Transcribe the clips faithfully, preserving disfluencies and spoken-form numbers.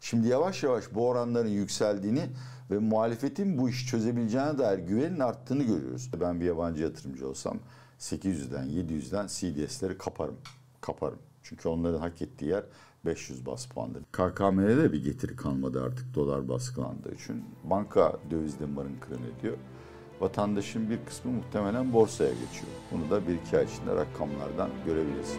Şimdi yavaş yavaş bu oranların yükseldiğini ve muhalefetin bu işi çözebileceğine dair güvenin arttığını görüyoruz. Ben bir yabancı yatırımcı olsam sekiz yüzden yedi yüzden C D S'leri kaparım. Kaparım. Çünkü onların hak ettiği yer beş yüz bas puandır. K K M'ye de bir getiri kalmadı artık dolar baskılandığı için. Banka dövizde marın kırın ediyor. Vatandaşın bir kısmı muhtemelen borsaya geçiyor. Bunu da bir iki ay içinde rakamlardan görebiliriz.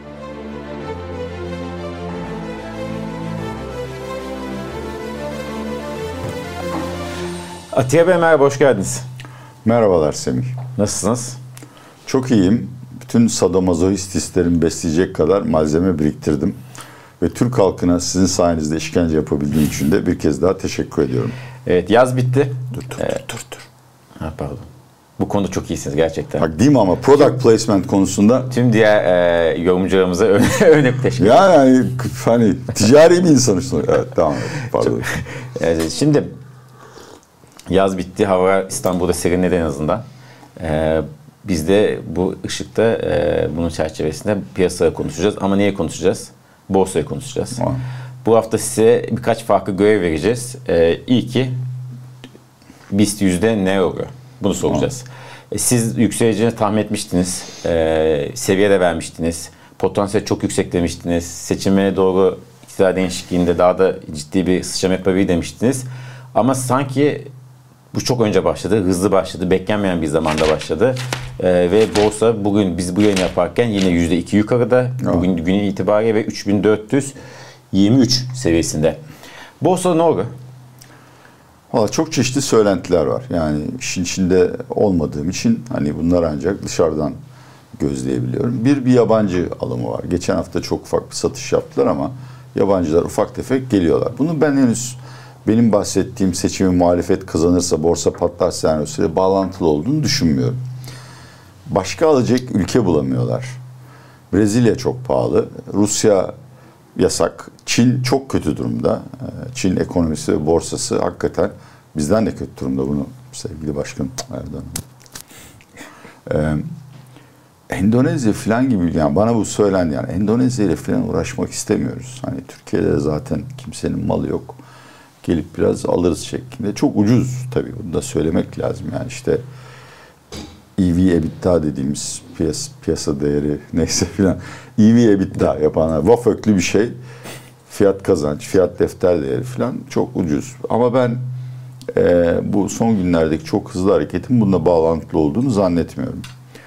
Atiye Bey merhaba, hoş geldiniz. Merhabalar Semih. Nasılsınız? Çok iyiyim. Bütün sadomazohist hislerimi besleyecek kadar malzeme biriktirdim. Ve Türk halkına sizin sayenizde işkence yapabildiğim için de bir kez daha teşekkür ediyorum. Evet, yaz bitti. Dur dur ee, dur dur. dur. Ha, pardon. Bu konuda çok iyisiniz gerçekten. Bak değil mi ama product placement konusunda. Tüm diğer e, yorumcularımıza örnek teşekkür ederim. Ya yani hani ticari bir insan işte. Evet tamam. Pardon. Evet, şimdi yaz bitti. Hava İstanbul'da serinledi en azından. Ee, biz de bu ışıkta e, bunun çerçevesinde piyasaya konuşacağız. Ama neye konuşacağız? Borsaya konuşacağız. Tamam. Bu hafta size birkaç farklı görev vereceğiz. Ee, İlki BIST yüzde ne oluyor? Bunu soracağız. Tamam. Siz yükseleceğini tahmin etmiştiniz. Ee, seviye de vermiştiniz. Potansiyel çok yüksek demiştiniz. Seçime doğru iktidar değişikliğinde daha da ciddi bir sıçrama yapabilir demiştiniz. Ama sanki bu çok önce başladı. Hızlı başladı. Beklenmeyen bir zamanda başladı. Ee, ve borsa bugün biz bu yayını yaparken yine yüzde iki yukarıda. Bugün günün itibariyle ve üç bin dört yüz yirmi üç seviyesinde. Borsada ne oldu? Valla çok çeşitli söylentiler var. Yani işin içinde olmadığım için hani bunlar ancak dışarıdan gözleyebiliyorum. Bir, bir yabancı alımı var. Geçen hafta çok ufak bir satış yaptılar ama yabancılar ufak tefek geliyorlar. Bunu ben henüz benim bahsettiğim seçimi muhalefet kazanırsa borsa patlar senaryosuyla bağlantılı olduğunu düşünmüyorum. Başka alacak ülke bulamıyorlar. Brezilya çok pahalı. Rusya yasak. Çin çok kötü durumda. Çin ekonomisi ve borsası hakikaten bizden de kötü durumda, bunu sevgili Başkan Erdoğan. Ee, Endonezya falan gibi, yani bana bu söylendi, yani Endonezya ile falan uğraşmak istemiyoruz. Hani Türkiye'de zaten kimsenin malı yok. Gelip biraz alırız şeklinde. Çok ucuz tabii, bunu da söylemek lazım. Yani işte E V EBITDA dediğimiz piyasa, piyasa değeri neyse filan, E V EBITDA yapanlar, vaföklü bir şey. Fiyat kazanç, fiyat defter değeri filan çok ucuz. Ama ben e, bu son günlerdeki çok hızlı hareketin bununla bağlantılı olduğunu zannetmiyorum.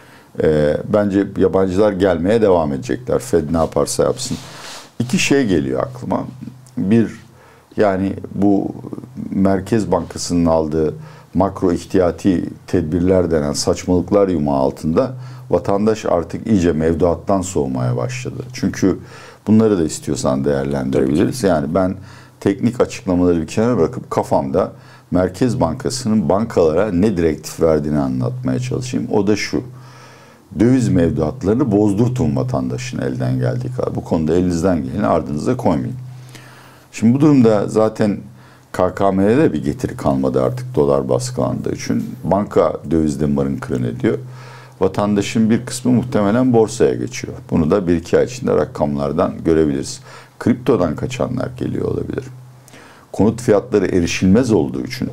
E, bence yabancılar gelmeye devam edecekler. Fed ne yaparsa yapsın. İki şey geliyor aklıma. Bir, yani bu Merkez Bankası'nın aldığı makro ihtiyati tedbirler denen saçmalıklar yumağı altında vatandaş artık iyice mevduattan soğumaya başladı. Çünkü bunları da istiyorsan değerlendirebiliriz. Yani ben teknik açıklamaları bir kenara bırakıp kafamda Merkez Bankası'nın bankalara ne direktif verdiğini anlatmaya çalışayım. O da şu: döviz mevduatlarını bozdurtun vatandaşın elden geldiği kadar. Bu konuda elinizden geleni ardınıza koymayın. Şimdi bu durumda zaten K K M'ye de bir getiri kalmadı artık dolar baskılandığı için. Banka dövizde marın kırın ediyor. Vatandaşın bir kısmı muhtemelen borsaya geçiyor. Bunu da bir iki ay içinde rakamlardan görebiliriz. Kriptodan kaçanlar geliyor olabilir. Konut fiyatları erişilmez olduğu için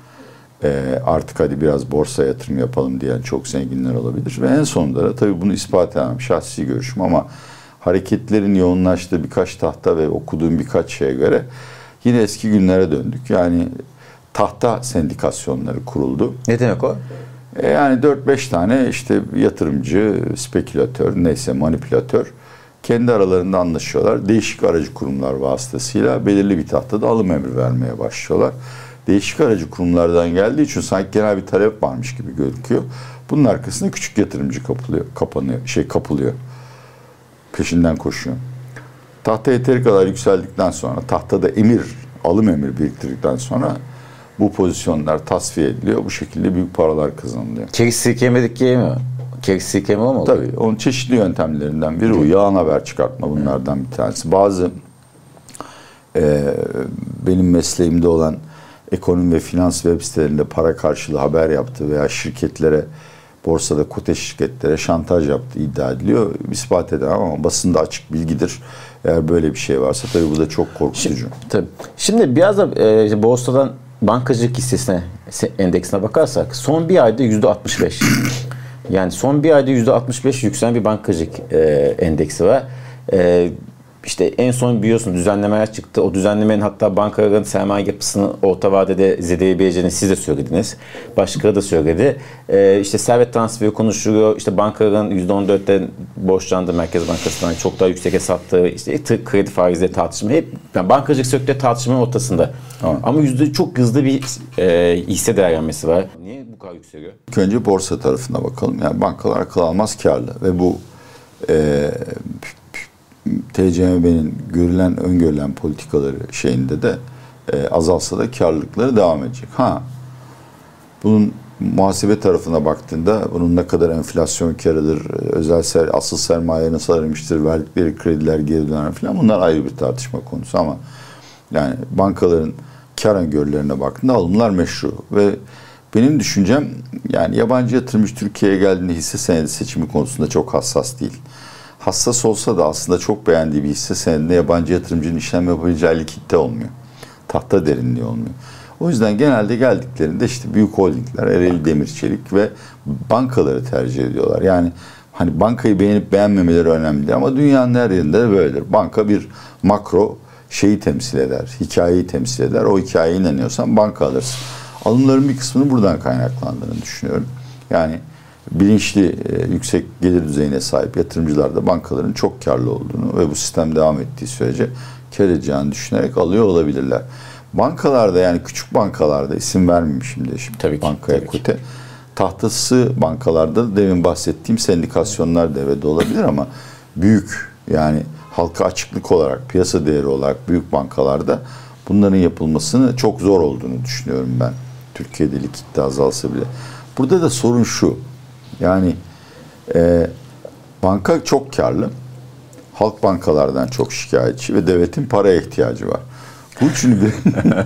e, artık hadi biraz borsaya yatırım yapalım diyen çok zenginler olabilir. Ve en sonunda da tabii bunu ispat edemem, şahsi görüşüm, ama hareketlerin yoğunlaştığı birkaç tahta ve okuduğum birkaç şeye göre yine eski günlere döndük. Yani tahta sendikasyonları kuruldu. Ne demek o? E yani dört beş tane işte yatırımcı, spekülatör, neyse manipülatör kendi aralarında anlaşıyorlar. Değişik aracı kurumlar vasıtasıyla belirli bir tahtada alım emri vermeye başlıyorlar. Değişik aracı kurumlardan geldiği için sanki genel bir talep varmış gibi gözüküyor. Bunun arkasında küçük yatırımcı kapılıyor, kapanıyor, şey kapılıyor. Peşinden koşuyor. Tahta yeteri kadar yükseldikten sonra, tahtada emir, alım emri biriktirdikten sonra bu pozisyonlar tasfiye ediliyor. Bu şekilde büyük paralar kazanılıyor. Kek sirkemedik ki mi? Kek sirkeme olmadı. Tabii. Onun çeşitli yöntemlerinden biri bu. Yağın haber çıkartma bunlardan bir tanesi. Bazı e, benim mesleğimde olan ekonomi ve finans web sitelerinde para karşılığı haber yaptığı veya şirketlere, borsada kote şirketlere şantaj yaptığı iddia ediliyor. İspat edemem ama basında açık bilgidir. Eğer böyle bir şey varsa tabii bu da çok korkutucu. Şimdi, tabii. Şimdi biraz da e, borsadan bankacılık hissesine endeksine bakarsak son bir ayda yüzde altmış beş. Yani son bir ayda yüzde altmış beş yükselen bir bankacılık e, endeksi var. E, işte en son biliyorsun düzenlemeler çıktı. O düzenlemenin hatta bankaların sermaye yapısını orta vadede zedeleyebileceğini siz de söylediniz. Başkaları da söyledi. E, işte servet transferi konuşuluyor. İşte bankaların yüzde on dörtten borçlandığı Merkez Bankası'ndan çok daha yüksek sattığı işte kredi faizleri tartışma. Hep yani bankacılık sektörü tartışmanın ortasında. Tamam. Ama yüzde çok hızlı bir e, hisse değerlenmesi var. Niye bu kadar yükseliyor? İlk önce borsa tarafına bakalım. Yani bankalar akıl almaz karlı ve bu e, T C M B'nin görülen, öngörülen politikaları şeyinde de e, azalsa da karlılıkları devam edecek. Ha, bunun muhasebe tarafına baktığında bunun ne kadar enflasyon karıdır, özel ser, asıl sermaye nasıl aramıştır, verdikleri krediler geri döner falan, bunlar ayrı bir tartışma konusu ama yani bankaların kar öngörülerine baktığında alımlar meşru ve benim düşüncem yani yabancı yatırımcı Türkiye'ye geldiğinde hisse senedi seçimi konusunda çok hassas değil. Hassas olsa da aslında çok beğendiği bir hisse senedinde yabancı yatırımcının işlem yapabileceği likitte olmuyor. Tahta derinliği olmuyor. O yüzden genelde geldiklerinde işte büyük holdingler, Ereğli Demir Çelik ve bankaları tercih ediyorlar. Yani hani bankayı beğenip beğenmemeleri önemli değil ama dünyanın her yerinde de böyledir. Banka bir makro şeyi temsil eder, hikayeyi temsil eder. O hikayeye inanıyorsan banka alırsın. Alımların bir kısmını buradan kaynaklandığını düşünüyorum. Yani bilinçli, e, yüksek gelir düzeyine sahip yatırımcılar da bankaların çok karlı olduğunu ve bu sistem devam ettiği sürece kar edeceğini düşünerek alıyor olabilirler. Bankalarda yani küçük bankalarda isim vermeyeyim şimdi, şimdi tabii ki, bankaya tabii kote. Tahtası bankalarda demin bahsettiğim sendikasyonlar devrede olabilir ama büyük yani halka açıklık olarak, piyasa değeri olarak büyük bankalarda bunların yapılmasını çok zor olduğunu düşünüyorum ben. Türkiye'de likitte azalsa bile. Burada da sorun şu. Yani e, banka çok karlı. Halk bankalardan çok şikayetçi ve devletin paraya ihtiyacı var. Bu üçünü bir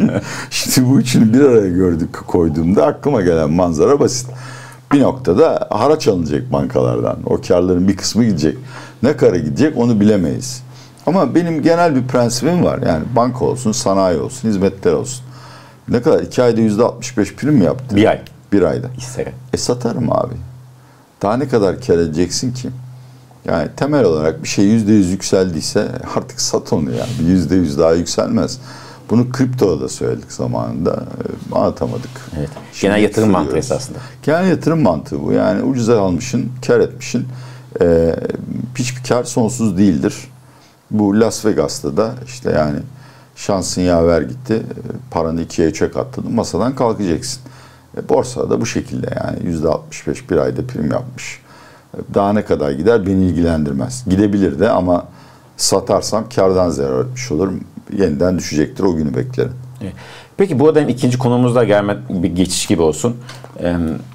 şimdi bu üçünü bir araya gördük koyduğumda aklıma gelen manzara basit. Bir noktada haraç alınacak bankalardan. O karların bir kısmı gidecek. Ne kadar gidecek onu bilemeyiz. Ama benim genel bir prensibim var. Yani banka olsun, sanayi olsun, hizmetler olsun. Ne kadar? iki ayda yüzde altmış beş prim mi yaptı? Bir ay. Bir ayda. İsterim. E satarım abi. Daha ne kadar kar edeceksin ki? Yani temel olarak bir şey yüzde yüz yükseldiyse artık sat onu yani. Bir yüzde yüz daha yükselmez. Bunu kriptoda da söyledik zamanında. Anlatamadık. Evet. Genel yatırım mantığı esasında. Genel yatırım mantığı bu. Yani ucuza almışsın, kar etmişsin. Ee, hiçbir kar sonsuz değildir. Bu Las Vegas'ta da işte yani şansın yaver gitti. Paranı ikiye üçe katladın. Masadan kalkacaksın. E, borsada da bu şekilde yani yüzde altmış beş bir ayda prim yapmış. Daha ne kadar gider beni ilgilendirmez. Gidebilir de ama satarsam kardan zarar etmiş olurum. Yeniden düşecektir, o günü beklerim. Peki bu arada ikinci konumuzda gelme bir geçiş gibi olsun. Ee,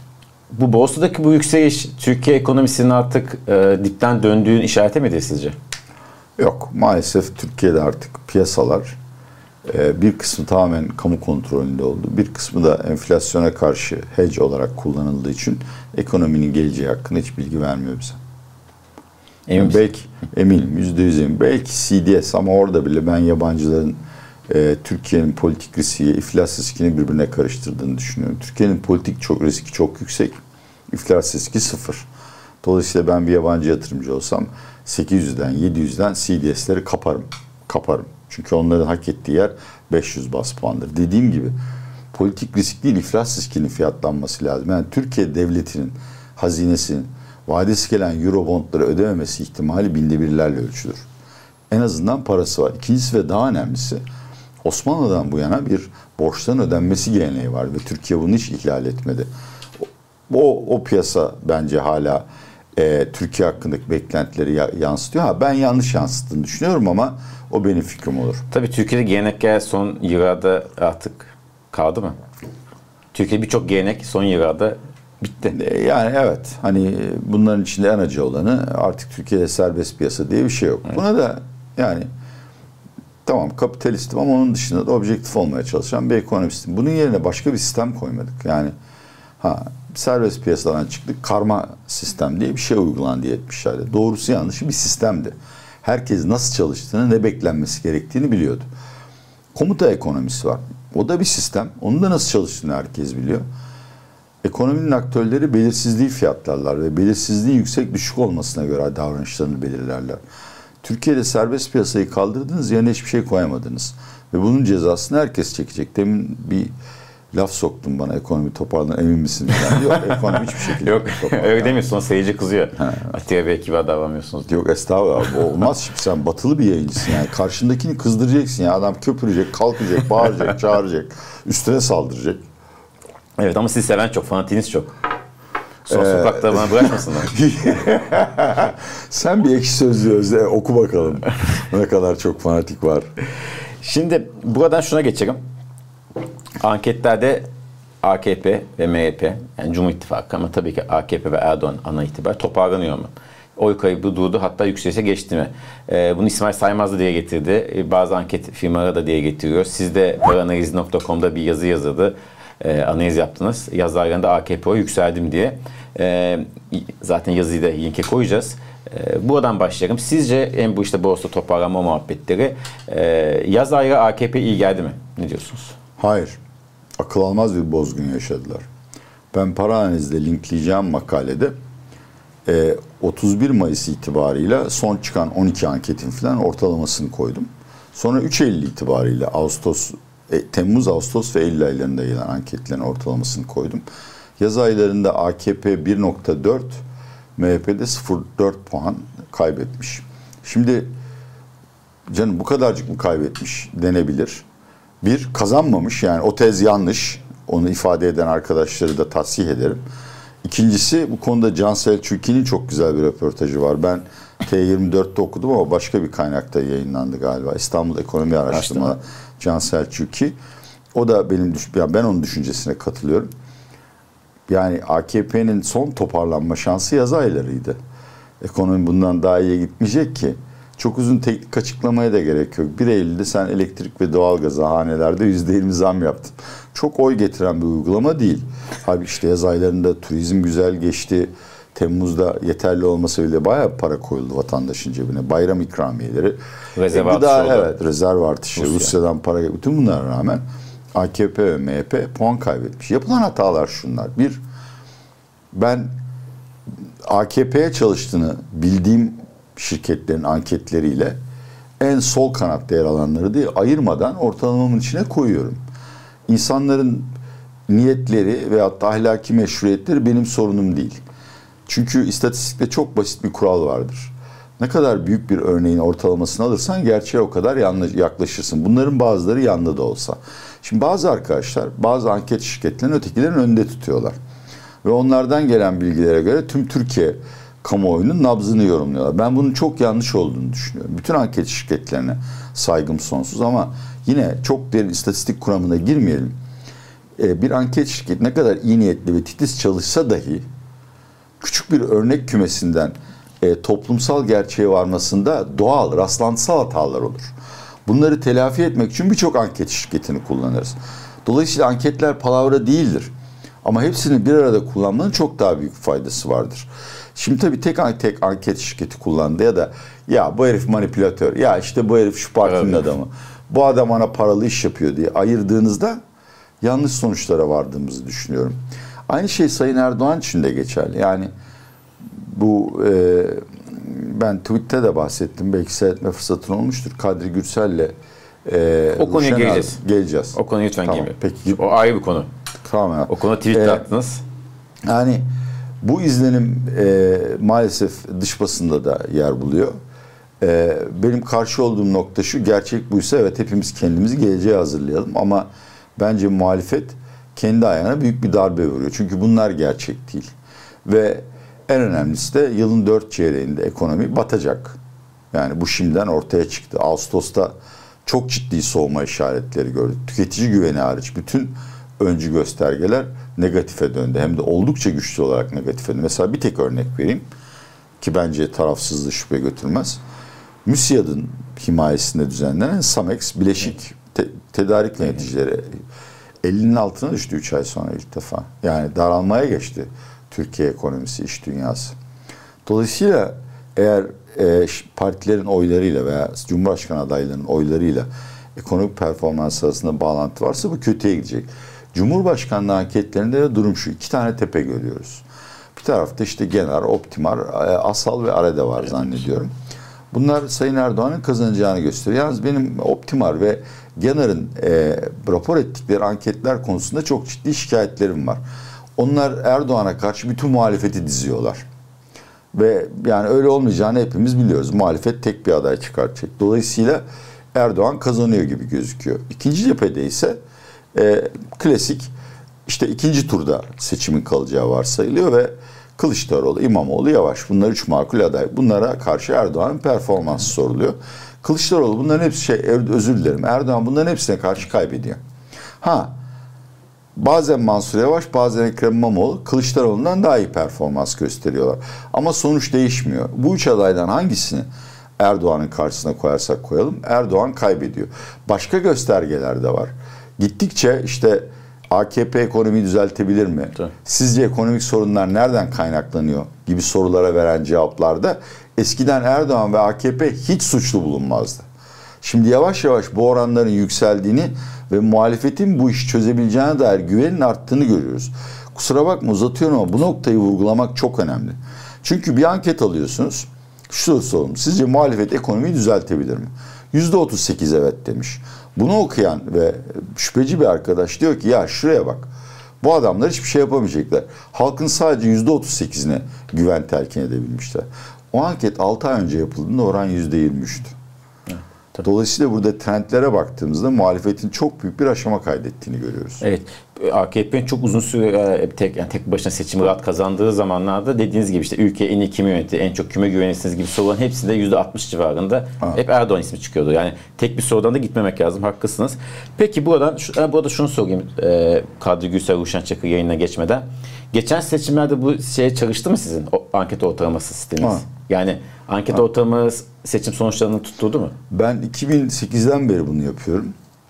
bu borsadaki bu yükseliş Türkiye ekonomisinin artık e, dipten döndüğün işareti midir sizce? Yok, maalesef Türkiye'de artık piyasalar e, bir kısmı tamamen kamu kontrolünde oldu. Bir kısmı da enflasyona karşı hedge olarak kullanıldığı için ekonominin geleceği hakkında hiç bilgi vermiyor bize. Emin yani belki eminim, yüzde yüz eminim. Belki C D S ama orada bile ben yabancıların e, Türkiye'nin politik riskiyle iflas riskini birbirine karıştırdığını düşünüyorum. Türkiye'nin politik çok riski çok yüksek, iflas riski sıfır. Dolayısıyla ben bir yabancı yatırımcı olsam sekiz yüzden yedi yüzden C D S'leri kaparım. Kaparım. Çünkü onların hak ettiği yer beş yüz bas puandır. Dediğim gibi politik risk değil, iflas riskinin fiyatlanması lazım. Yani Türkiye devletinin, hazinesinin vadesi gelen Eurobondları ödememesi ihtimali binde birlerle ölçülür. En azından parası var. İkincisi ve daha önemlisi Osmanlı'dan bu yana bir borçların ödenmesi geleneği var ve Türkiye bunu hiç ihlal etmedi. O, o piyasa bence hala e, Türkiye hakkındaki beklentileri yansıtıyor. Ha, ben yanlış yansıttığını düşünüyorum ama o benim fikrim olur. Tabii Türkiye'de gelenekler son yıllarda artık kaldı mı? Türkiye'de birçok gelenek son yıllarda bitti. Yani evet, hani bunların içinde en acı olanı artık Türkiye'de serbest piyasa diye bir şey yok. Evet. Buna da yani tamam kapitalistim ama onun dışında da objektif olmaya çalışan bir ekonomistim. Bunun yerine başka bir sistem koymadık. Yani ha serbest piyasadan çıktık, karma sistem diye bir şey uygulandı yetmişlerde. Doğrusu yanlışı bir sistemdi. herkes nasıl çalıştığını, ne beklenmesi gerektiğini biliyordu. Komuta ekonomisi var. O da bir sistem. Onun da nasıl çalıştığını herkes biliyor. Ekonominin aktörleri belirsizliği fiyatlarlar ve belirsizliğin yüksek düşük olmasına göre davranışlarını belirlerler. Türkiye'de serbest piyasayı kaldırdınız, yerine hiçbir şey koyamadınız. Ve bunun cezasını herkes çekecek. Demin bir laf soktun bana, ekonomi toparlan, emin misin? Yani yok, ekonomi hiçbir şekilde yok öyle demiyorsun, sonra seyirci kızıyor. Atiye Bey kibar davranmıyorsunuz. Yok estağfurullah, olmaz. Şimdi sen batılı bir yayıncısın yani. Karşındakini kızdıracaksın ya. Adam köpürecek, kalkacak, bağıracak, çağıracak, üstüne saldıracak. Evet ama sizi seven çok, fanatiniz çok. Son ee, sokakta bana bırakmasınlar. Sen bir ekşi sözlüğü özle, oku bakalım. Ne kadar çok fanatik var. Şimdi buradan şuna geçelim. Anketlerde A K P ve M H P, yani Cumhur İttifakı ama tabii ki A K P ve Erdoğan ana itibar toparlanıyor mu? Oy kaybı durdu, hatta yükselişe geçti mi? Ee, bunu İsmail Saymaz da diye getirdi. Ee, bazı anket firmaları da diye getiriyor. Siz de paranaliz nokta com'da bir yazı yazıldı. Ee, analiz yaptınız. Yazarlarında A K P oy yükseldim diye. Ee, zaten yazıyı da linke koyacağız. Ee, buradan başlayalım. Sizce en bu işte borsa toparlanma muhabbetleri e, yaz ayı A K P iyi geldi mi? Ne diyorsunuz? Hayır. Akıl almaz bir bozgun yaşadılar. Ben para analizde linkleyeceğim makalede e, otuz bir Mayıs itibarıyla son çıkan on iki anketin falan ortalamasını koydum. Sonra üç Eylül itibarıyla Ağustos, e, Temmuz, Ağustos ve Eylül aylarında gelen anketlerin ortalamasını koydum. Yaz aylarında A K P bir nokta dört, M H P'de sıfır nokta dört puan kaybetmiş. Şimdi canım bu kadarcık mı kaybetmiş denebilir. Bir, kazanmamış, yani o tez yanlış. Onu ifade eden arkadaşları da tavsiye ederim. İkincisi, bu konuda Can Selçuk'un çok güzel bir röportajı var. Ben T yirmi dört'te okudum ama başka bir kaynakta yayınlandı galiba. İstanbul Ekonomi Araştırma Can Selçuk'i. O da benim, yani ben onun düşüncesine katılıyorum. Yani A K P'nin son toparlanma şansı yaz aylarıydı. Ekonomi bundan daha iyiye gitmeyecek ki. Çok uzun teknik açıklamaya da gerek yok. bir Eylül'de sen elektrik ve doğalgaza hanelerde yüzde yirmi zam yaptın. Çok oy getiren bir uygulama değil. Abi işte yaz aylarında turizm güzel geçti. Temmuz'da yeterli olmasa bile bayağı para koyuldu vatandaşın cebine. Bayram ikramiyeleri. Rezerv e, artışı daha, oldu. Evet, rezerv artışı. Rusya. Rusya'dan para. Bütün bunlara rağmen A K P ve M H P puan kaybetmiş. Yapılan hatalar şunlar. Bir, ben A K P'ye çalıştığını bildiğim şirketlerin anketleriyle en sol kanatta yer alanları diye ayırmadan ortalamamın içine koyuyorum. İnsanların niyetleri veyahut da ahlaki meşruiyetleri benim sorunum değil. Çünkü istatistikte çok basit bir kural vardır. Ne kadar büyük bir örneğin ortalamasını alırsan gerçeğe o kadar yanlış yaklaşırsın. Bunların bazıları yanlı da olsa. Şimdi bazı arkadaşlar bazı anket şirketlerini ötekilerin önünde tutuyorlar. Ve onlardan gelen bilgilere göre tüm Türkiye kamuoyunun nabzını yorumluyorlar. Ben bunun çok yanlış olduğunu düşünüyorum. Bütün anket şirketlerine saygım sonsuz ama yine çok derin istatistik kuramına girmeyelim. Ee, bir anket şirketi ne kadar iyi niyetli ve titiz çalışsa dahi küçük bir örnek kümesinden e, toplumsal gerçeğe varmasında doğal, rastlantısal hatalar olur. Bunları telafi etmek için birçok anket şirketini kullanırız. Dolayısıyla anketler palavra değildir. Ama hepsini bir arada kullanmanın çok daha büyük faydası vardır. Şimdi tabii tek tek anket şirketi kullandı ya da ya bu herif manipülatör, ya işte bu herif şu partinin evet. adamı, bu adam bana paralı iş yapıyor diye ayırdığınızda yanlış sonuçlara vardığımızı düşünüyorum. Aynı şey Sayın Erdoğan için de geçerli. Yani bu e, ben tweette de bahsettim. Belki seyretme fırsatın olmuştur. Kadri Gürsel'le e, o konuya geleceğiz. geleceğiz. O konuya lütfen tamam, girmeyin. Peki. O ayrı bir konu. Tamam. O konuda tweet ee, attınız. Yani bu izlenim e, maalesef dış basında da yer buluyor. E, benim karşı olduğum nokta şu: gerçek buysa evet hepimiz kendimizi geleceğe hazırlayalım ama bence muhalefet kendi ayağına büyük bir darbe vuruyor. Çünkü bunlar gerçek değil. Ve en önemlisi de yılın dört çeyreğinde ekonomi batacak. Yani bu şimdiden ortaya çıktı. Ağustos'ta çok ciddi soğuma işaretleri gördük. Tüketici güveni hariç bütün öncü göstergeler negatife döndü. Hem de oldukça güçlü olarak negatife döndü. Mesela bir tek örnek vereyim ki bence tarafsızlığı şüphe götürmez. MÜSİAD'ın himayesinde düzenlenen Samex Bileşik te- Tedarik Yöneticileri ellinin altına düştü üç ay sonra ilk defa. Yani daralmaya geçti Türkiye ekonomisi, iş dünyası. Dolayısıyla eğer e, partilerin oylarıyla veya Cumhurbaşkanı adaylarının oylarıyla ekonomik performans arasında bağlantı varsa bu kötüye gidecek. Cumhurbaşkanlığı anketlerinde de durum şu. İki tane tepe görüyoruz. Bir tarafta işte Genar, Optimar, Asal ve Arede var zannediyorum. Bunlar Sayın Erdoğan'ın kazanacağını gösteriyor. Yalnız benim Optimar ve Genar'ın e, rapor ettikleri anketler konusunda çok ciddi şikayetlerim var. Onlar Erdoğan'a karşı bütün muhalefeti diziyorlar. Ve yani öyle olmayacağını hepimiz biliyoruz. Muhalefet tek bir aday çıkartacak. Dolayısıyla Erdoğan kazanıyor gibi gözüküyor. İkinci cephede ise e, klasik işte ikinci turda seçimin kalacağı varsayılıyor ve Kılıçdaroğlu, İmamoğlu, Yavaş. Bunlar üç makul aday. Bunlara karşı Erdoğan'ın performansı soruluyor. Kılıçdaroğlu bunların hepsi şey, özür dilerim. Erdoğan bunların hepsine karşı kaybediyor. Ha, bazen Mansur Yavaş, bazen Ekrem İmamoğlu Kılıçdaroğlu'ndan daha iyi performans gösteriyorlar. Ama sonuç değişmiyor. Bu üç adaydan hangisini Erdoğan'ın karşısına koyarsak koyalım, Erdoğan kaybediyor. Başka göstergeler de var. Gittikçe işte A K P ekonomiyi düzeltebilir mi? Tabii. Sizce ekonomik sorunlar nereden kaynaklanıyor gibi sorulara veren cevaplarda eskiden Erdoğan ve A K P hiç suçlu bulunmazdı. Şimdi yavaş yavaş bu oranların yükseldiğini ve muhalefetin bu işi çözebileceğine dair güvenin arttığını görüyoruz. Kusura bakma uzatıyorum ama bu noktayı vurgulamak çok önemli. Çünkü bir anket alıyorsunuz. Şu sorun, sizce muhalefet ekonomiyi düzeltebilir mi? yüzde otuz sekiz evet demiş. Bunu okuyan ve şüpheci bir arkadaş diyor ki ya şuraya bak. Bu adamlar hiçbir şey yapamayacaklar. Halkın sadece yüzde otuz sekizine güven telkin edebilmişler. O anket altı ay önce yapıldığında oran yüzde yirmi üçtü. Tabii. Dolayısıyla burada trendlere baktığımızda muhalefetin çok büyük bir aşama kaydettiğini görüyoruz. Evet. A K P'nin çok uzun süre tek, yani tek başına seçimi rahat kazandığı zamanlarda dediğiniz gibi işte ülke en iyi kimi yönetti, en çok kime güvenirsiniz gibi soruların hepsinde yüzde altmış civarında ha. hep Erdoğan ismi çıkıyordu. Yani tek bir sorudan da gitmemek lazım. Haklısınız. Peki buradan şu, burada şunu sorayım. E, Kadri Gürsel, Ruşen Çakır yayınına geçmeden. Geçen seçimlerde bu şeye çalıştı mı sizin o, anket ortalaması sisteminiz? Ha. Yani anket ha. ortalaması seçim sonuçlarını tutturdu mu? Ben iki bin sekizden beri bunu yapıyorum.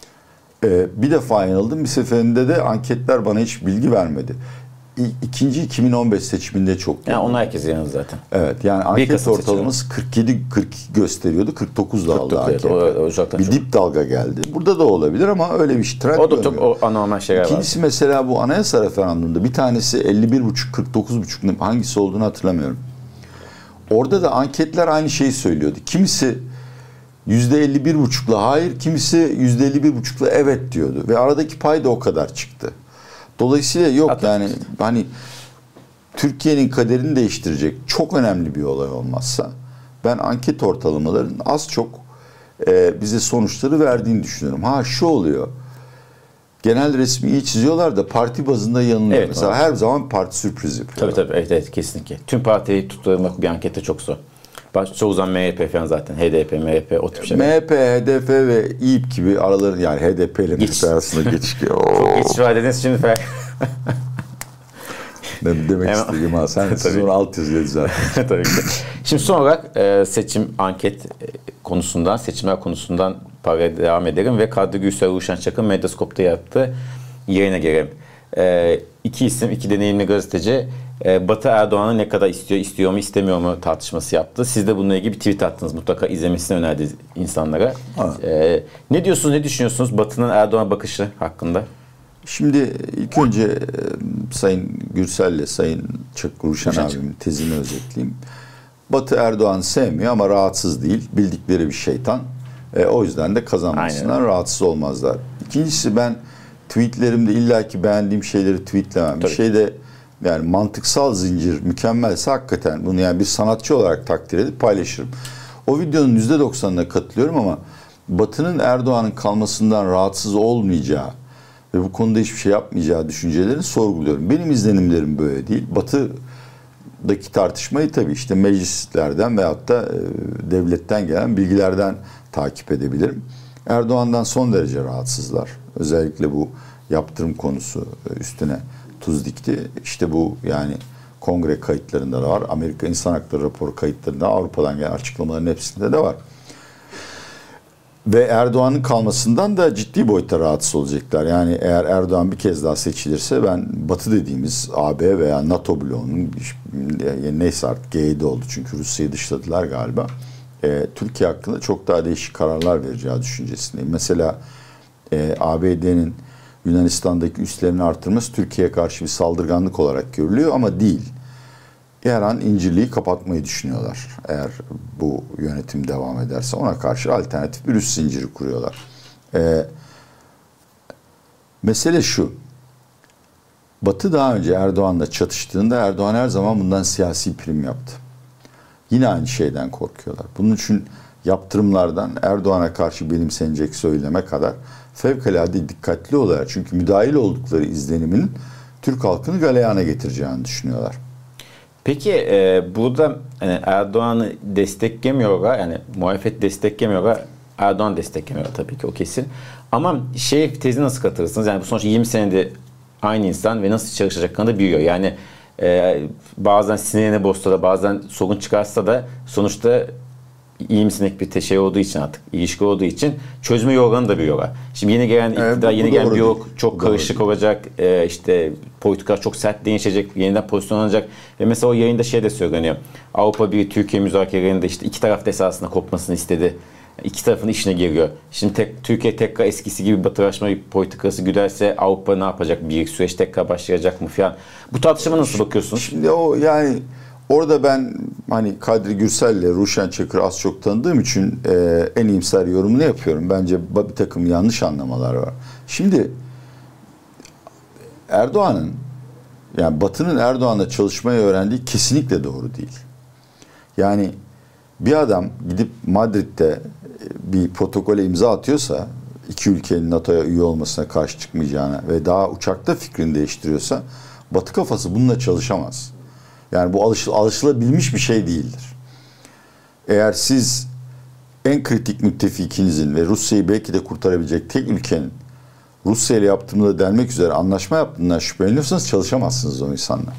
Ee, bir defa yanıldım. Bir seferinde de anketler bana hiç bilgi vermedi. İ- İkinci iki bin on beş seçiminde çok. Yani onu herkes yanıldı zaten. Evet. Yani anket ortalaması kırk yedi kırk iki gösteriyordu. kırk dokuz da aldı evet, A K P. O, o bir çok... dip dalga geldi. Burada da olabilir ama öyle bir trend o da çok o, anormal şeyler var. İkincisi var. Mesela bu anayasa referandumunda bir tanesi elli bir buçuk kırk dokuz buçuk hangisi olduğunu hatırlamıyorum. Orada da anketler aynı şeyi söylüyordu. Kimisi yüzde elli bir buçukla hayır, kimisi yüzde elli bir buçukla evet diyordu. Ve aradaki pay da o kadar çıktı. Dolayısıyla yok Hatta yani hani Türkiye'nin kaderini değiştirecek çok önemli bir olay olmazsa ben anket ortalamaların az çok e, bize sonuçları verdiğini düşünüyorum. Ha şu oluyor. Genel resmi iyi çiziyorlar da parti bazında yanılıyor. Evet, mesela her zaman parti sürpriz yapıyor. Tabii tabii evet, evet kesinlikle. Tüm partiyi tutturmak bir ankette çok zor. Çoğu zaman M H P falan zaten. H D P, M H P o tip şeyler. M H P, H D P ve İYİP gibi araları yani H D P ile M H P arasında geçiş. Çok geçiş var dediniz şimdi. Ne demek Hemen... istediğim ha. Sen siz onu alt yazıya düzeltin. Tabii ki. Şimdi son olarak e, seçim anket konusundan, seçimler konusundan paraya devam edelim ve Kadri Gürsel, Ruşen Çakır Medyaskop'ta yaptığı yayına gelelim. E, iki isim, iki deneyimli gazeteci e, Batı Erdoğan'ı ne kadar istiyor, istiyor mu, istemiyor mu tartışması yaptı. Siz de bununla ilgili bir tweet attınız. Mutlaka izlemesini önerdiniz insanlara. E, ne diyorsunuz, ne düşünüyorsunuz Batı'nın Erdoğan'a bakışı hakkında? Şimdi ilk önce e, Sayın Gürsel ile Sayın Çakır Ruşen abimin tezini özetleyeyim. Batı Erdoğan'ı sevmiyor ama rahatsız değil. Bildikleri bir şeytan. E, o yüzden de kazanmasından Aynen. rahatsız olmazlar. İkincisi ben tweetlerimde illaki beğendiğim şeyleri tweetlemem. Tabii. Bir şeyde yani mantıksal zincir mükemmelse hakikaten bunu yani bir sanatçı olarak takdir edip paylaşırım. O videonun yüzde doksanına katılıyorum ama Batı'nın Erdoğan'ın kalmasından rahatsız olmayacağı ve bu konuda hiçbir şey yapmayacağı düşüncelerini sorguluyorum. Benim izlenimlerim böyle değil. Batı'daki tartışmayı tabii işte meclislerden veyahut da devletten gelen bilgilerden takip edebilirim. Erdoğan'dan son derece rahatsızlar. Özellikle bu yaptırım konusu üstüne tuz dikti. İşte bu yani kongre kayıtlarında da var. Amerika İnsan Hakları raporu kayıtlarında Avrupa'dan gelen açıklamaların hepsinde de var. Ve Erdoğan'ın kalmasından da ciddi boyutta rahatsız olacaklar. Yani eğer Erdoğan bir kez daha seçilirse ben Batı dediğimiz A B veya NATO bloğunun neyse artık G yedi oldu çünkü Rusya'yı dışladılar galiba. E, Türkiye hakkında çok daha değişik kararlar vereceği düşüncesindeyim. Mesela e, A B D'nin Yunanistan'daki üslerini artırması Türkiye'ye karşı bir saldırganlık olarak görülüyor ama değil. Her an İncirli'yi kapatmayı düşünüyorlar. Eğer bu yönetim devam ederse ona karşı alternatif bir üst zinciri kuruyorlar. Ee, mesele şu. Batı daha önce Erdoğan'la çatıştığında Erdoğan her zaman bundan siyasi prim yaptı. Yine aynı şeyden korkuyorlar. Bunun için yaptırımlardan Erdoğan'a karşı benimsenecek söyleme kadar fevkalade dikkatli oluyorlar. Çünkü müdahil oldukları izleniminin Türk halkını galeyana getireceğini düşünüyorlar. Peki e, burada hani Erdoğan'ı desteklemiyorlar, yani muhalefet desteklemiyorlar, Erdoğan desteklemiyorlar tabii ki, o kesin. Ama şey tezi nasıl katılırsınız? Yani bu sonuçta yirmi senede aynı insan ve nasıl çalışacak da biliyor. Yani e, bazen sinirine bozsa da bazen sorun çıkarsa da sonuçta iyi misin bir şey olduğu için, artık ilişki olduğu için çözme yollarını da biliyorlar. Şimdi yeni gelen iktidar, evet, yeni gelen biyolog çok doğru karışık değil. olacak. Ee, işte politikalar çok sert değişecek, yeniden pozisyonlanacak. Ve mesela o yayında şey de söyleniyor. Avrupa Birliği Türkiye müzakerelerinde işte iki taraf da esasında kopmasını istedi. İki tarafın işine giriyor. Şimdi tek, Türkiye tekrar eskisi gibi batılaşma politikası güderse Avrupa ne yapacak? Bir süreç tekrar başlayacak mı falan. Bu tartışma nasıl bakıyorsunuz? Şimdi o yani orada ben hani Kadri Gürsel ile Ruşen Çakır'ı az çok tanıdığım için e, en iyimser yorumunu yapıyorum. Bence bir takım yanlış anlamalar var. Şimdi Erdoğan'ın, yani Batı'nın Erdoğan'la çalışmayı öğrendiği kesinlikle doğru değil. Yani bir adam gidip Madrid'de bir protokole imza atıyorsa, iki ülkenin NATO'ya üye olmasına karşı çıkmayacağına ve daha uçakta fikrini değiştiriyorsa Batı kafası bununla çalışamaz. Yani bu alış, alışılabilmiş bir şey değildir. Eğer siz en kritik müttefikinizin ve Rusya'yı belki de kurtarabilecek tek ülkenin Rusya ile yaptığında delmek üzere anlaşma yaptığından şüpheleniyorsanız çalışamazsınız o insanla.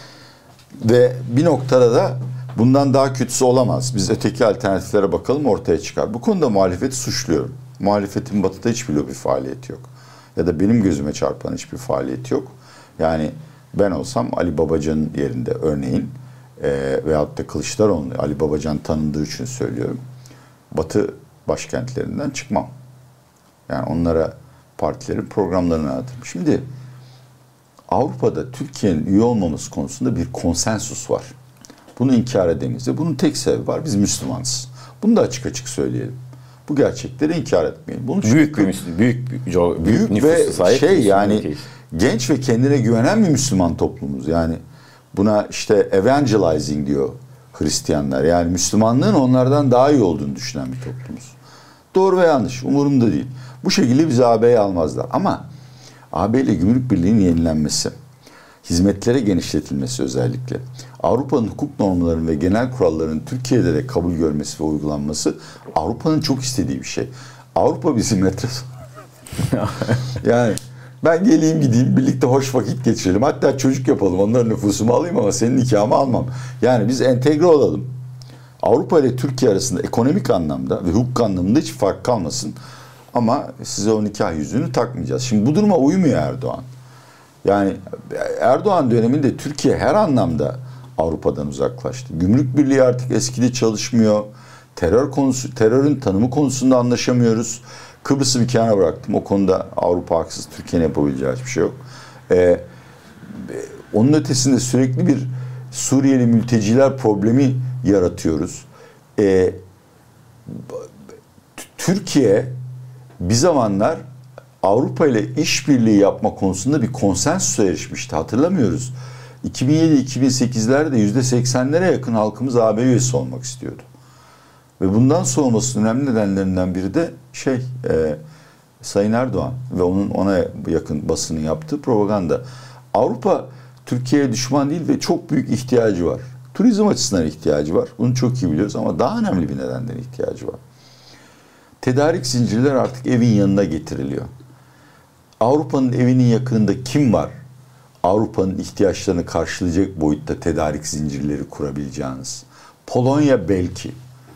Ve bir noktada da bundan daha kötüsü olamaz. Biz öteki alternatiflere bakalım, ortaya çıkar. Bu konuda muhalefeti suçluyorum. Muhalefetin Batı'da hiçbir lobi faaliyeti yok. Ya da benim gözüme çarpan hiçbir faaliyeti yok. Yani ben olsam Ali Babacan'ın yerinde örneğin e, veyahut da Kılıçdaroğlu, Ali Babacan tanındığı için söylüyorum. Batı başkentlerinden çıkmam. Yani onlara partilerin programlarını anlatırım. Şimdi Avrupa'da Türkiye'nin üye olmaması konusunda bir konsensus var. Bunu inkar edemeyiz. Bunun tek sebebi var. Biz Müslümanız. Bunu da açık açık söyleyelim. Bu gerçekleri inkar etmeyin. Bunu büyük bir Müslüman, büyük büyük, büyük, büyük ve sahip şey yani genç ve kendine güvenen bir Müslüman toplumuz. Yani buna işte evangelizing diyor Hristiyanlar. Yani Müslümanlığın onlardan daha iyi olduğunu düşünen bir toplumuz. Doğru ve yanlış umurumda değil. Bu şekilde bizi A B'ye almazlar. Ama A B ile Gümrük Birliği'nin yenilenmesi, hizmetlere genişletilmesi özellikle, Avrupa'nın hukuk normlarının ve genel kurallarının Türkiye'de de kabul görmesi ve uygulanması Avrupa'nın çok istediği bir şey. Avrupa bizim metros. Yani ben geleyim gideyim birlikte hoş vakit geçirelim. Hatta çocuk yapalım, onların nüfusumu alayım ama senin nikahımı almam. Yani biz entegre olalım. Avrupa ile Türkiye arasında ekonomik anlamda ve hukuk anlamında hiç fark kalmasın. Ama size o nikah yüzüğünü takmayacağız. Şimdi bu duruma uymuyor Erdoğan. Yani Erdoğan döneminde Türkiye her anlamda Avrupa'dan uzaklaştı. Gümrük Birliği artık eskide çalışmıyor. Terör konusu, terörün tanımı konusunda anlaşamıyoruz. Kıbrıs'ı bir kenara bıraktım. O konuda Avrupa haksız, Türkiye'nin yapabileceği hiçbir şey yok. Ee, onun ötesinde sürekli bir Suriyeli mülteciler problemi yaratıyoruz. Ee, Türkiye bir zamanlar Avrupa ile işbirliği yapma konusunda bir konsensusa erişmişti. Hatırlamıyoruz. iki bin yedi iki bin sekizlerde yüzde seksenlere yakın halkımız A B üyesi olmak istiyordu. Ve bundan soğumasının önemli nedenlerinden biri de şey e, Sayın Erdoğan ve onun ona yakın basının yaptığı propaganda. Avrupa Türkiye'ye düşman değil ve çok büyük ihtiyacı var. Turizm açısından ihtiyacı var. Bunu çok iyi biliyoruz ama daha önemli bir nedenden ihtiyacı var. Tedarik zincirleri artık evin yanına getiriliyor. Avrupa'nın evinin yakınında kim var? Avrupa'nın ihtiyaçlarını karşılayacak boyutta tedarik zincirleri kurabileceğiniz. Polonya belki.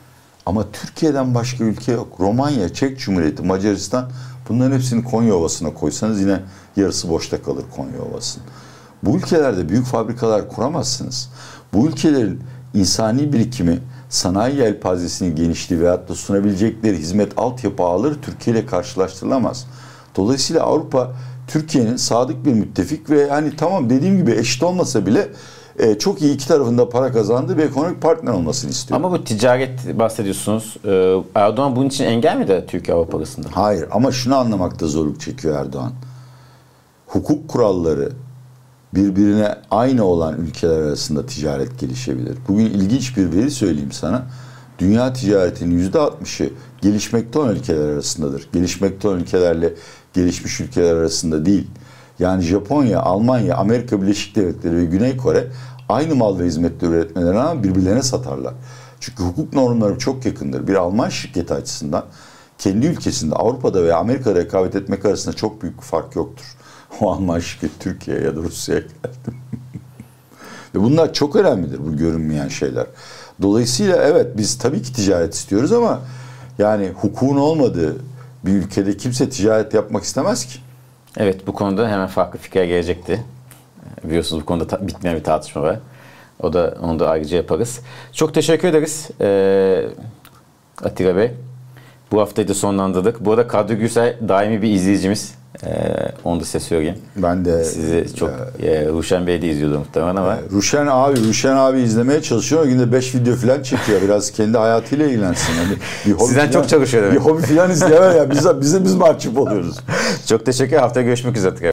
Ama Türkiye'den başka ülke yok. Romanya, Çek Cumhuriyeti, Macaristan, bunların hepsini Konya Ovası'na koysanız yine yarısı boşta kalır Konya Ovası'nın. Bu ülkelerde büyük fabrikalar kuramazsınız. Bu ülkelerin insani birikimi, sanayi yelpazesinin genişliği veyahut da sunabilecekleri hizmet altyapı ağları Türkiye ile karşılaştırılamaz. Dolayısıyla Avrupa Türkiye'nin sadık bir müttefik ve hani tamam dediğim gibi eşit olmasa bile e, çok iyi iki tarafında para kazandığı bir ekonomik partner olmasını istiyor. Ama bu ticaret bahsediyorsunuz. Erdoğan bunun için engel mi de Türkiye Avrupa arasında? Hayır, ama şunu anlamakta zorluk çekiyor Erdoğan. Hukuk kuralları birbirine aynı olan ülkeler arasında ticaret gelişebilir. Bugün ilginç bir veri söyleyeyim sana. Dünya ticaretinin yüzde altmışı gelişmekte olan ülkeler arasındadır. Gelişmekte olan ülkelerle gelişmiş ülkeler arasında değil. Yani Japonya, Almanya, Amerika Birleşik Devletleri ve Güney Kore aynı mal ve hizmetleri üretmelerine rağmen birbirlerine satarlar. Çünkü hukuk normları çok yakındır. Bir Alman şirketi açısından kendi ülkesinde Avrupa'da veya Amerika'da rekabet etmek arasında çok büyük bir fark yoktur. O Alman şirket Türkiye'ye ya da Rusya'ya geldi. Ve bunlar çok önemlidir, bu görünmeyen şeyler. Dolayısıyla evet biz tabii ki ticaret istiyoruz ama yani hukukun olmadığı bir ülkede kimse ticaret yapmak istemez ki. Evet, bu konuda hemen farklı fikir gelecekti. Biliyorsunuz bu konuda ta- bitmeyen bir tartışma var. O da onu da ayrıca yaparız. Çok teşekkür ederiz ee, Atilla Bey. Bu haftayı da sonlandırdık. Bu arada Kadri Gürsel daimi bir izleyicimiz. Ee, onu da size söyleyeyim. Ben de sizi çok e, e, Ruşen Bey de izliyordu muhtemelen ama. E, Ruşen abi, Ruşen abi izlemeye çalışıyor. O günde beş video falan çekiyor. Biraz kendi hayatıyla ilgilensin. Yani bir hobi Sizden falan, çok çalışıyor demek. Bir hobi falan izleyemez ya. Biz, bize biz mahcup oluyoruz. Çok teşekkür ederim. Haftaya görüşmek üzere.